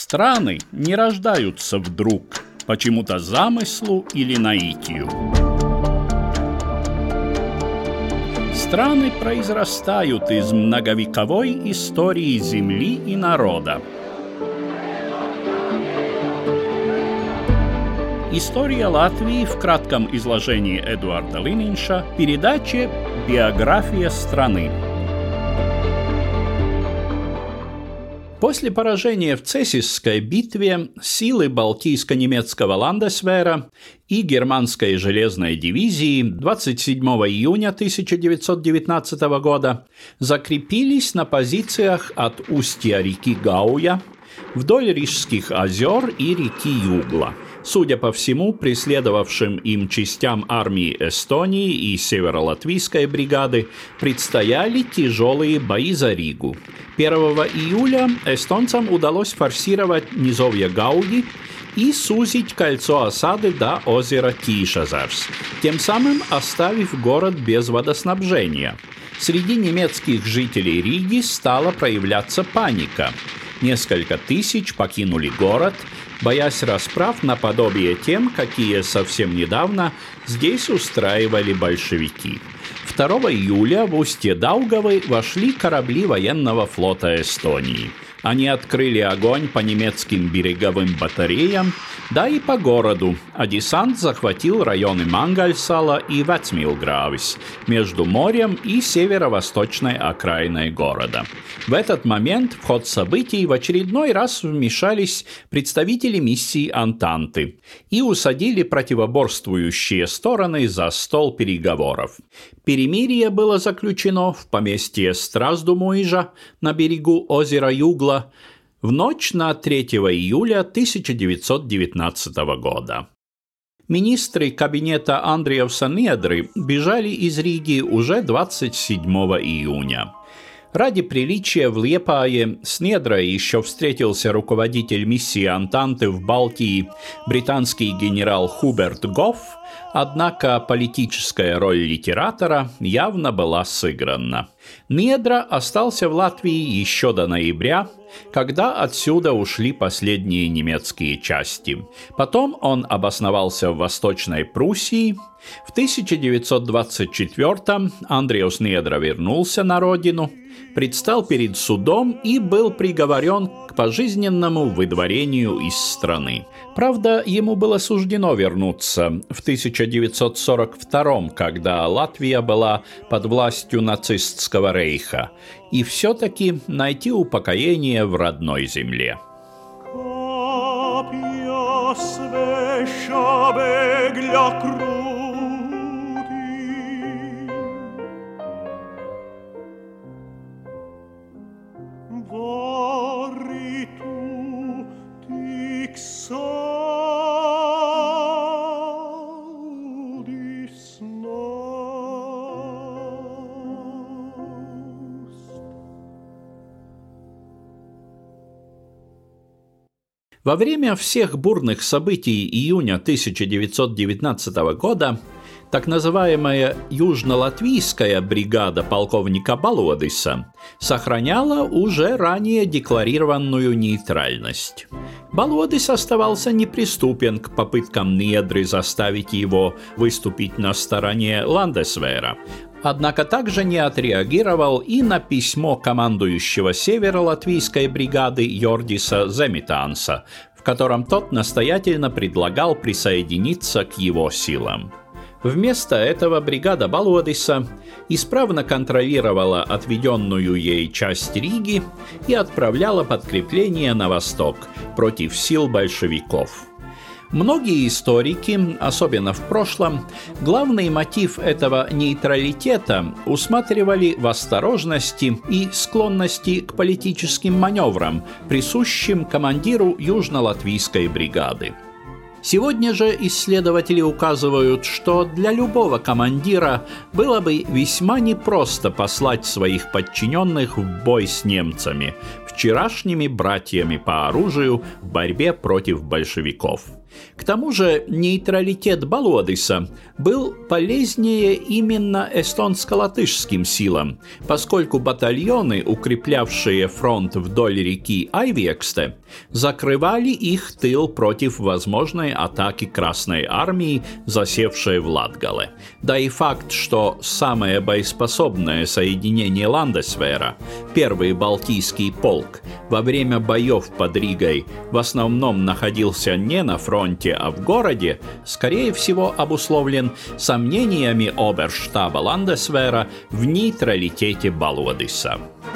Страны не рождаются вдруг, почему-то замыслу или наитию. Страны произрастают из многовековой истории земли и народа. История Латвии в кратком изложении Эдуарда Лининша в передаче «Биография страны». После поражения в Цесисской битве силы Балтийско-немецкого ландесвера и германской железной дивизии 27 июня 1919 года закрепились на позициях от устья реки Гауя вдоль Рижских озер и реки Югла. Судя по всему, преследовавшим им частям армии Эстонии и Северо-Латвийской бригады предстояли тяжелые бои за Ригу. 1 июля эстонцам удалось форсировать низовье Гауи и сузить кольцо осады до озера Тишазарс, тем самым оставив город без водоснабжения. Среди немецких жителей Риги стала проявляться паника. Несколько тысяч покинули город, боясь расправ наподобие тем, какие совсем недавно здесь устраивали большевики. 2 июля в устье Даугавы вошли корабли военного флота Эстонии. Они открыли огонь по немецким береговым батареям, да и по городу, а десант захватил районы Мангальсала и Вецмилгравис между морем и северо-восточной окраиной города. В этот момент в ход событий в очередной раз вмешались представители миссии Антанты и усадили противоборствующие стороны за стол переговоров. Перемирие было заключено в поместье Страсдумуижа на берегу озера Югла в ночь на 3 июля 1919 года. Министры кабинета Андриевса-Недры бежали из Риги уже 27 июня. Ради приличия в Лиепае с Недрой еще встретился руководитель миссии Антанты в Балтии британский генерал Хуберт Гофф, однако политическая роль литератора явно была сыграна. Недра остался в Латвии еще до ноября, когда отсюда ушли последние немецкие части. Потом он обосновался в Восточной Пруссии. В 1924-м Андриевс Недра вернулся на родину, предстал перед судом и был приговорен к пожизненному выдворению из страны. Правда, ему было суждено вернуться в 1942-м, когда Латвия была под властью нацистского рейха, и все-таки найти упокоение в родной земле. Во время всех бурных событий июня 1919 года так называемая Южно-Латвийская бригада полковника Балодиса сохраняла уже ранее декларированную нейтральность. Балодис оставался неприступен к попыткам Недры заставить его выступить на стороне ландесвера, однако также не отреагировал и на письмо командующего северо-латвийской бригады Йордиса Земитанса, в котором тот настоятельно предлагал присоединиться к его силам. Вместо этого бригада Балодиса исправно контролировала отведенную ей часть Риги и отправляла подкрепление на восток против сил большевиков. Многие историки, особенно в прошлом, главный мотив этого нейтралитета усматривали в осторожности и склонности к политическим маневрам, присущим командиру Южно-Латвийской бригады. Сегодня же исследователи указывают, что для любого командира было бы весьма непросто послать своих подчиненных в бой с немцами, вчерашними братьями по оружию в борьбе против большевиков. К тому же нейтралитет Балодиса был полезнее именно эстонско-латышским силам, поскольку батальоны, укреплявшие фронт вдоль реки Айвексте, закрывали их тыл против возможной атаки Красной армии, засевшей в Латгале. Да и факт, что самое боеспособное соединение Ландесвера, первый Балтийский полк, во время боев под Ригой в основном находился не на фронте, а в городе, скорее всего обусловлен сомнениями оберштаба Ландесвера в нейтралитете Балодиса.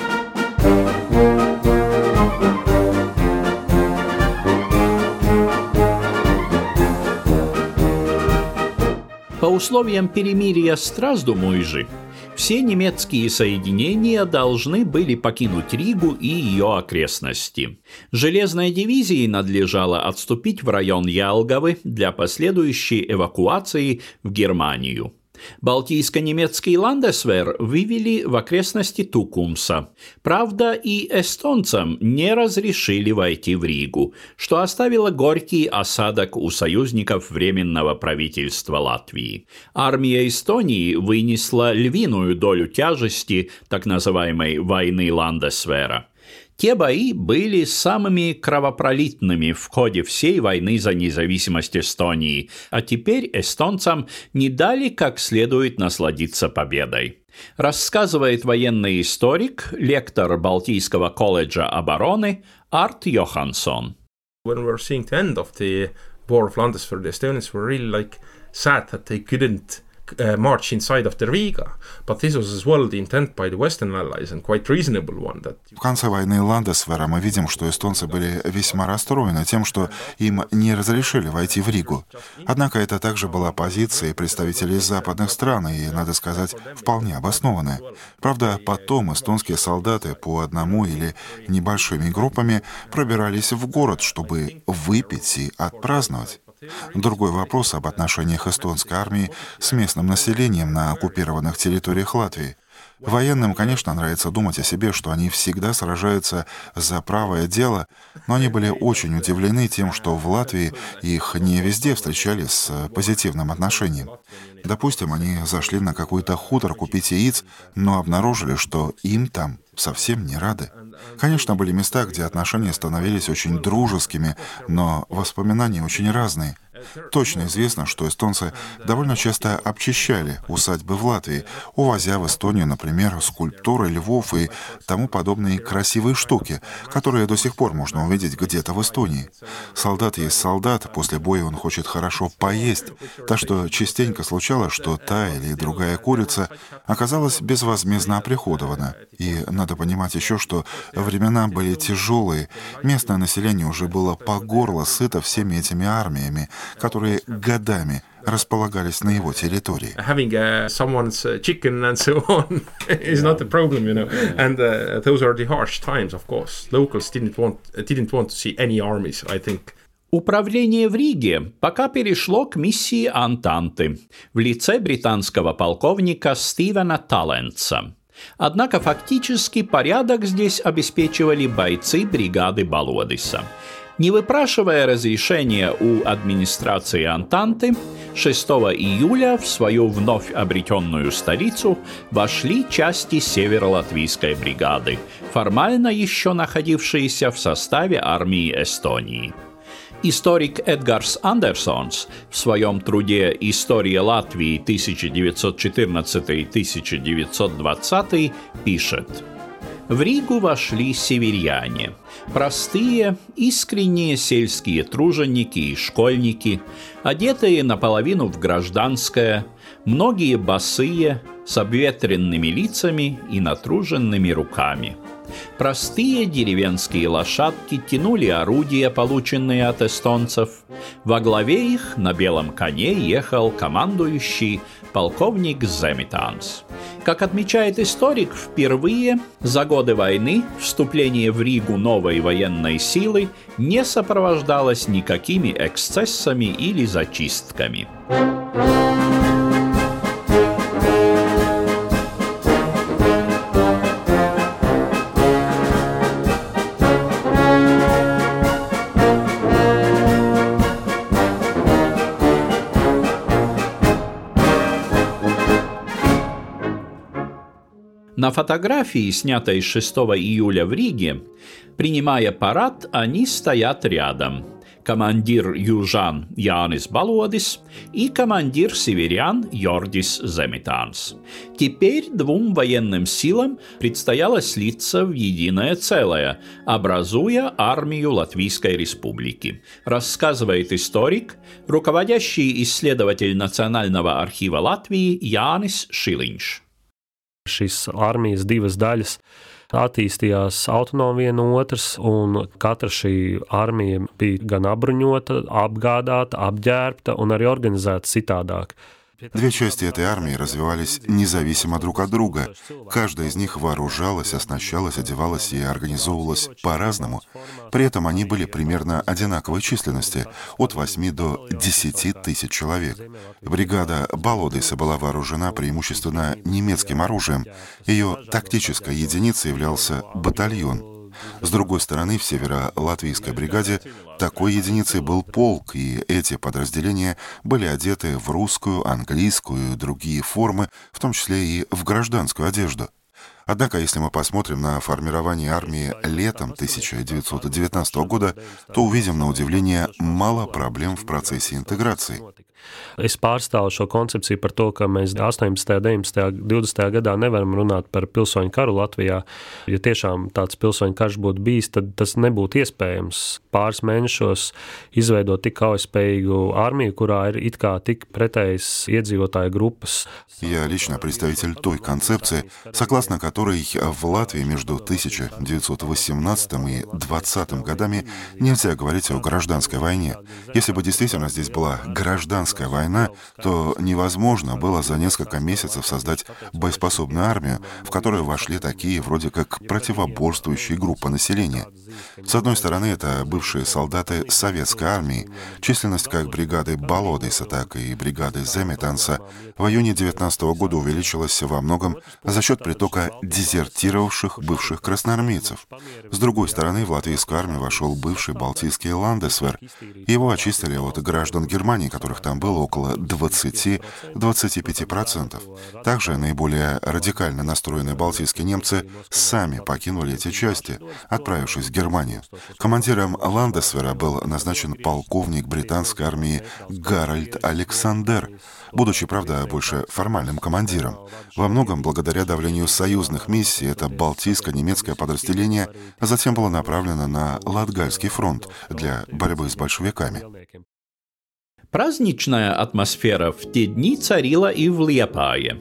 По условиям перемирия Страсдумуйжи все немецкие соединения должны были покинуть Ригу и ее окрестности. Железной дивизии надлежало отступить в район Ялговы для последующей эвакуации в Германию. Балтийско-немецкий Ландесвер вывели в окрестности Тукумса. Правда, и эстонцам не разрешили войти в Ригу, что оставило горький осадок у союзников Временного правительства Латвии. Армия Эстонии вынесла львиную долю тяжести так называемой «войны Ландесвера». Те бои были самыми кровопролитными в ходе всей войны за независимость Эстонии, а теперь эстонцам не дали как следует насладиться победой. Рассказывает военный историк, лектор Балтийского колледжа обороны Арт Йоханссон. When we were seeing the end of the war of Landeswehr, the Estonians were really sad that they couldn't march inside of the Riga, but this was as well the intent by the Western allies and quite reasonable one. В конце войны Ландесвера мы видим, что эстонцы были весьма расстроены тем, что им не разрешили войти в Ригу. Однако это также была позиция представителей западных стран и, надо сказать, вполне обоснованная. Правда, потом эстонские солдаты по одному или небольшими группами пробирались в город, чтобы выпить и отпраздновать. Другой вопрос об отношениях эстонской армии с местным населением на оккупированных территориях Латвии. Военным, конечно, нравится думать о себе, что они всегда сражаются за правое дело, но они были очень удивлены тем, что в Латвии их не везде встречали с позитивным отношением. Допустим, они зашли на какой-то хутор купить яиц, но обнаружили, что им там совсем не рады. Конечно, были места, где отношения становились очень дружескими, но воспоминания очень разные. Точно известно, что эстонцы довольно часто обчищали усадьбы в Латвии, увозя в Эстонию, например, скульптуры львов и тому подобные красивые штуки, которые до сих пор можно увидеть где-то в Эстонии. Солдат есть солдат, после боя он хочет хорошо поесть, так что частенько случалось, что та или другая курица оказалась безвозмездно оприходована. И надо понимать еще, что времена были тяжелые, местное население уже было по горло сыто всеми этими армиями, которые годами располагались на его территории. Having someone's chicken and so on is not a problem, you know. And those are the harsh times, of course. Locals didn't want to see any armies, I think. Управление в Риге пока перешло к миссии Антанты в лице британского полковника Стивена Таллентса. Однако фактически порядок здесь обеспечивали бойцы бригады Балодиса. Не выпрашивая разрешения у администрации Антанты, 6 июля в свою вновь обретенную столицу вошли части северо-латвийской бригады, формально еще находившиеся в составе армии Эстонии. Историк Эдгарс Андерсонс в своем труде «История Латвии 1914-1920» пишет: «В Ригу вошли северяне, простые, искренние сельские труженики и школьники, одетые наполовину в гражданское, многие босые, с обветренными лицами и натруженными руками. Простые деревенские лошадки тянули орудия, полученные от эстонцев. Во главе их на белом коне ехал командующий полковник Земитанс. Как отмечает историк, впервые за годы войны вступление в Ригу новой военной силы не сопровождалось никакими эксцессами или зачистками». На фотографии, снятой 6 июля в Риге, принимая парад, они стоят рядом. Командир южан Jānis Balodis и командир северян Jordis Zemitāns. Теперь двум военным силам предстояло слиться в единое целое, образуя армию Латвийской Республики, рассказывает историк, руководящий исследователь Национального архива Латвии Jānis Šiliņš. Šīs armijas divas daļas attīstījās autonomi viena otras, un katra šī armija bija gan apbruņota, apgādāta, apģērbta un arī organizēta citādāk. Две части этой армии развивались независимо друг от друга. Каждая из них вооружалась, оснащалась, одевалась и организовывалась по-разному. При этом они были примерно одинаковой численности, от 8 до 10 тысяч человек. Бригада Балодиса была вооружена преимущественно немецким оружием. Ее тактической единицей являлся батальон. С другой стороны, в северо-латвийской бригаде такой единицей был полк, и эти подразделения были одеты в русскую, английскую и другие формы, в том числе и в гражданскую одежду. Однако, если мы посмотрим на формирование армии летом 1919 года, то увидим, на удивление, мало проблем в процессе интеграции. Es pārstāvu šo koncepciju par to, ka mēs 18., 19., 20. gadā nevaram runāt par pilsoņu karu Latvijā. Ja tiešām tāds pilsoņu karš būtu bijis, tad tas nebūtu iespējams pāris mēnešos izveidot tik kaujaspējīgu armiju, kurā ir it kā tik pretējas iedzīvotāju группas. Я лично представитель той концепции, согласно которой в Латвии между 1918 и 20 годами нельзя говорить о гражданской войне. Если бы действительно здесь была гражданская война, то невозможно было за несколько месяцев создать боеспособную армию, в которую вошли такие вроде как противоборствующие группы населения. С одной стороны, это бывшие солдаты советской армии, численность как бригады Балодиса, так и бригады Зemitānsa в июне 19 года увеличилась во многом за счет притока дезертировавших бывших красноармейцев. С другой стороны, в латвийскую армию вошел бывший балтийский ландесвер. Его очистили от граждан Германии, которых там было около 20-25%. Также наиболее радикально настроенные балтийские немцы сами покинули эти части, отправившись в Германию. Командиром ландесвера был назначен полковник британской армии Гарольд Александер, будучи, правда, больше формальным командиром. Во многом благодаря давлению союзных миссий это балтийско-немецкое подразделение затем было направлено на Латгальский фронт для борьбы с большевиками. Праздничная атмосфера в те дни царила и в Liepāje.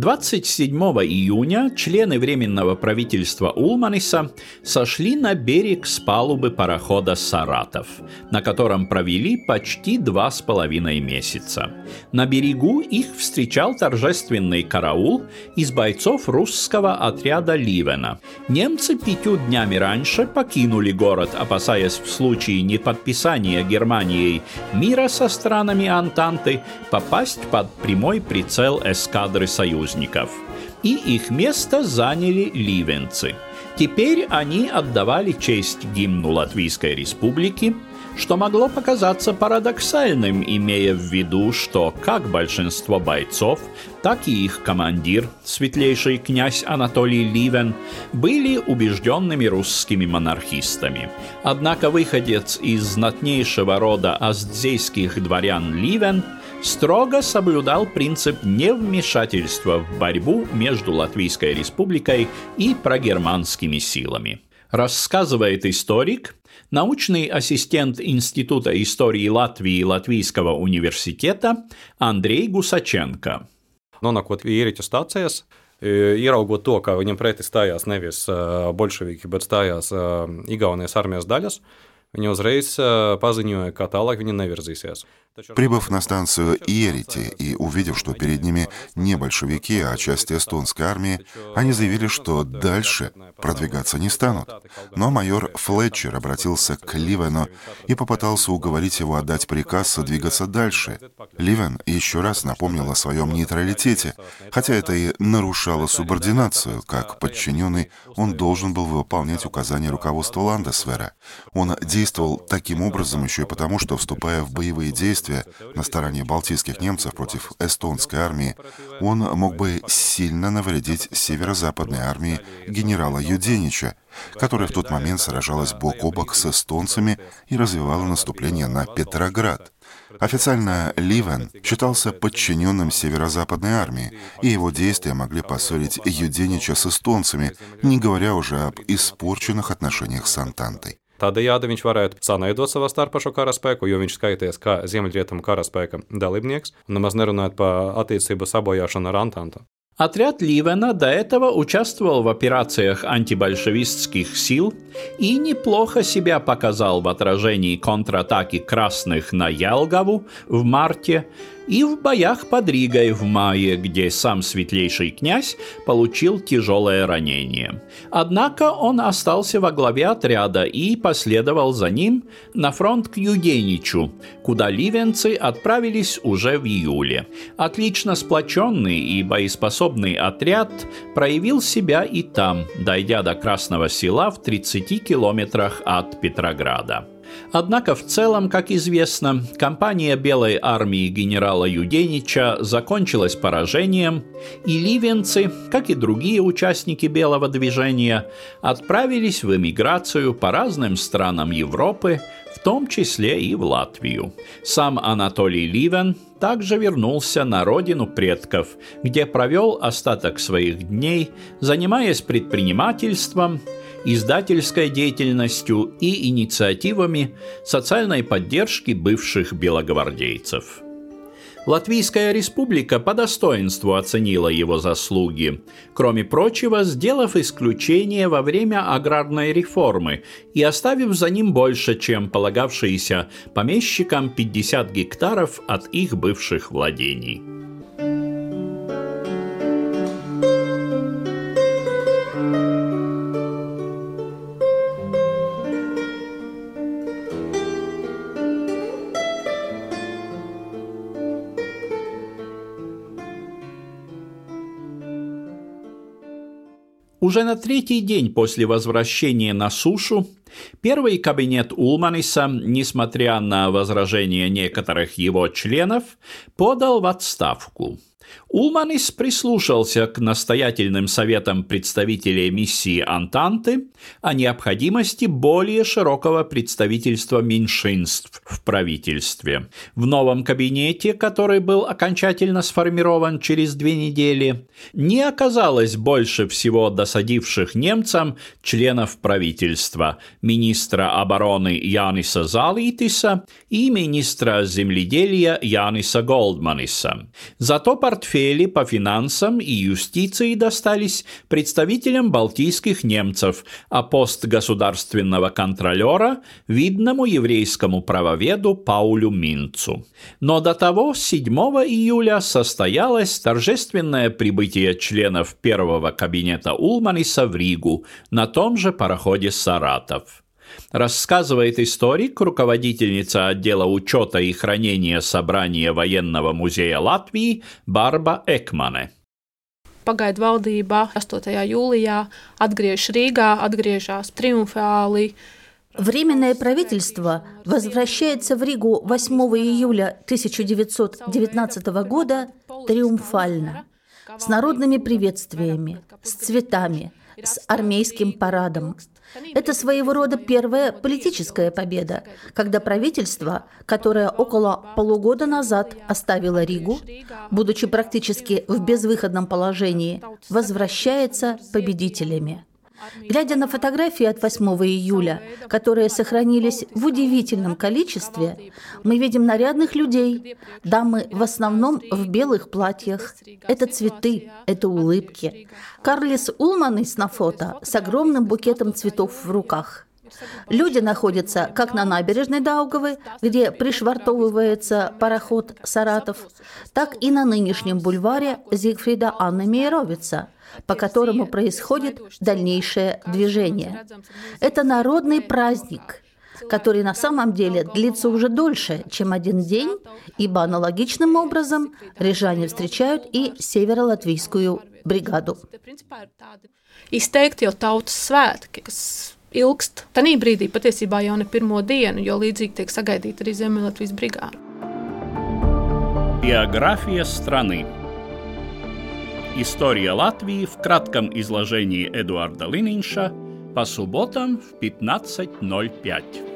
27 июня члены Временного правительства Улманиса сошли на берег с палубы парохода «Саратов», на котором провели почти 2,5 месяца. На берегу их встречал торжественный караул из бойцов русского отряда Ливена. Немцы 5 днями раньше покинули город, опасаясь в случае неподписания Германией мира со странами Антанты попасть под прямой прицел эскадры союзников. И их место заняли ливенцы. Теперь они отдавали честь гимну Латвийской Республики, что могло показаться парадоксальным, имея в виду, что как большинство бойцов, так и их командир, светлейший князь Анатолий Ливен, были убежденными русскими монархистами. Однако выходец из знатнейшего рода аздзейских дворян Ливен строго соблюдал принцип невмешательства в борьбу между Латвийской Республикой и прогерманскими силами. Рассказывает историк, научный ассистент Института истории Латвии Латвийского университета Андрей Гусаченко. Nonākot ierīķu stācijas, ieraugot to, ka viņam pretī stājās nevis bolševiki, bet stājās Igaunijas armijas daļas, viņi uzreiz paziņoja, ka tālāk viņi nevirzīsies. Прибыв на станцию Иерити и увидев, что перед ними не большевики, а часть эстонской армии, они заявили, что дальше продвигаться не станут. Но майор Флетчер обратился к Ливену и попытался уговорить его отдать приказ двигаться дальше. Ливен еще раз напомнил о своем нейтралитете, хотя это и нарушало субординацию. Как подчиненный, он должен был выполнять указания руководства Ландесвера. Он действовал таким образом еще и потому, что, вступая в боевые действия, действия на стороне балтийских немцев против эстонской армии, он мог бы сильно навредить северо-западной армии генерала Юденича, которая в тот момент сражалась бок о бок с эстонцами и развивала наступление на Петроград. Официально Ливен считался подчиненным северо-западной армии, и его действия могли поссорить Юденича с эстонцами, не говоря уже об испорченных отношениях с Антантой. Tādējādi viņš varētu sanaidot savā starpā šo karaspēku, jo viņš skaities kā Ziemeļrietumu karaspēka dalībnieks, un nemaz nerunājot par attiecību sabojāšanu ar Antantu. Отряд Ливена до этого участвовал в операциях антибольшевистских сил и неплохо себя показал в отражении контратаки красных на Ялгову в марте и в боях под Ригой в мае, где сам светлейший князь получил тяжелое ранение. Однако он остался во главе отряда и последовал за ним на фронт к Юденичу, куда ливенцы отправились уже в июле. Отлично сплоченный и боеспособный отряд проявил себя и там, дойдя до Красного Села в 30 километрах от Петрограда. Однако в целом, как известно, кампания Белой армии генерала Юденича закончилась поражением, и ливенцы, как и другие участники Белого движения, отправились в эмиграцию по разным странам Европы, в том числе и в Латвию. Сам Анатолий Ливен также вернулся на родину предков, где провел остаток своих дней, занимаясь предпринимательством, издательской деятельностью и инициативами социальной поддержки бывших белогвардейцев. Латвийская республика по достоинству оценила его заслуги, кроме прочего, сделав исключение во время аграрной реформы и оставив за ним больше, чем полагавшиеся помещикам 50 гектаров от их бывших владений. Уже на третий день после возвращения на сушу первый кабинет Улманиса, несмотря на возражения некоторых его членов, подал в отставку. Улманис прислушался к настоятельным советам представителей миссии Антанты о необходимости более широкого представительства меньшинств в правительстве. В новом кабинете, который был окончательно сформирован через 2 недели, не оказалось больше всего досадивших немцам членов правительства, министра обороны Яниса Залитиса и министра земледелия Яниса Голдманиса. Зато портфели по финансам и юстиции достались представителям балтийских немцев, а пост государственного контролера – видному еврейскому правоведу Паулю Минцу. Но до того 7 июля состоялось торжественное прибытие членов первого кабинета Улманиса в Ригу на том же пароходе «Саратов». Рассказывает историк, руководительница отдела учета и хранения собрания Военного музея Латвии Барба Ekmane. Pagaidu valdība 8. jūlijā atgriežas Rīgā, atgriežas триумфāli. Временное правительство возвращается в Ригу 8 июля 1919 года триумфально, с народными приветствиями, с цветами, с армейским парадом. Это своего рода первая политическая победа, когда правительство, которое около полугода назад оставило Ригу, будучи практически в безвыходном положении, возвращается победителями. Глядя на фотографии от 8 июля, которые сохранились в удивительном количестве, мы видим нарядных людей, дамы в основном в белых платьях. Это цветы, это улыбки. Карлис Улманис на фото с огромным букетом цветов в руках. Люди находятся как на набережной Даугавы, где пришвартовывается пароход «Саратов», так и на нынешнем бульваре Зигфрида Анны Мейеровица, по которому происходит дальнейшее движение. Это народный праздник, который на самом деле длится уже дольше, чем 1 день, ибо аналогичным образом рижане встречают и северо-латвийскую бригаду. Izteikti jau tautas svētki, kas ilgst. Tanī brīdī patiesībā jau ne pirmo dienu, jo līdzīgi tiek sagaidīta arī Ziemeļlatvijas brigāde. Биография страны. История Латвии в кратком изложении Эдуарда Лининша по субботам в 15:05.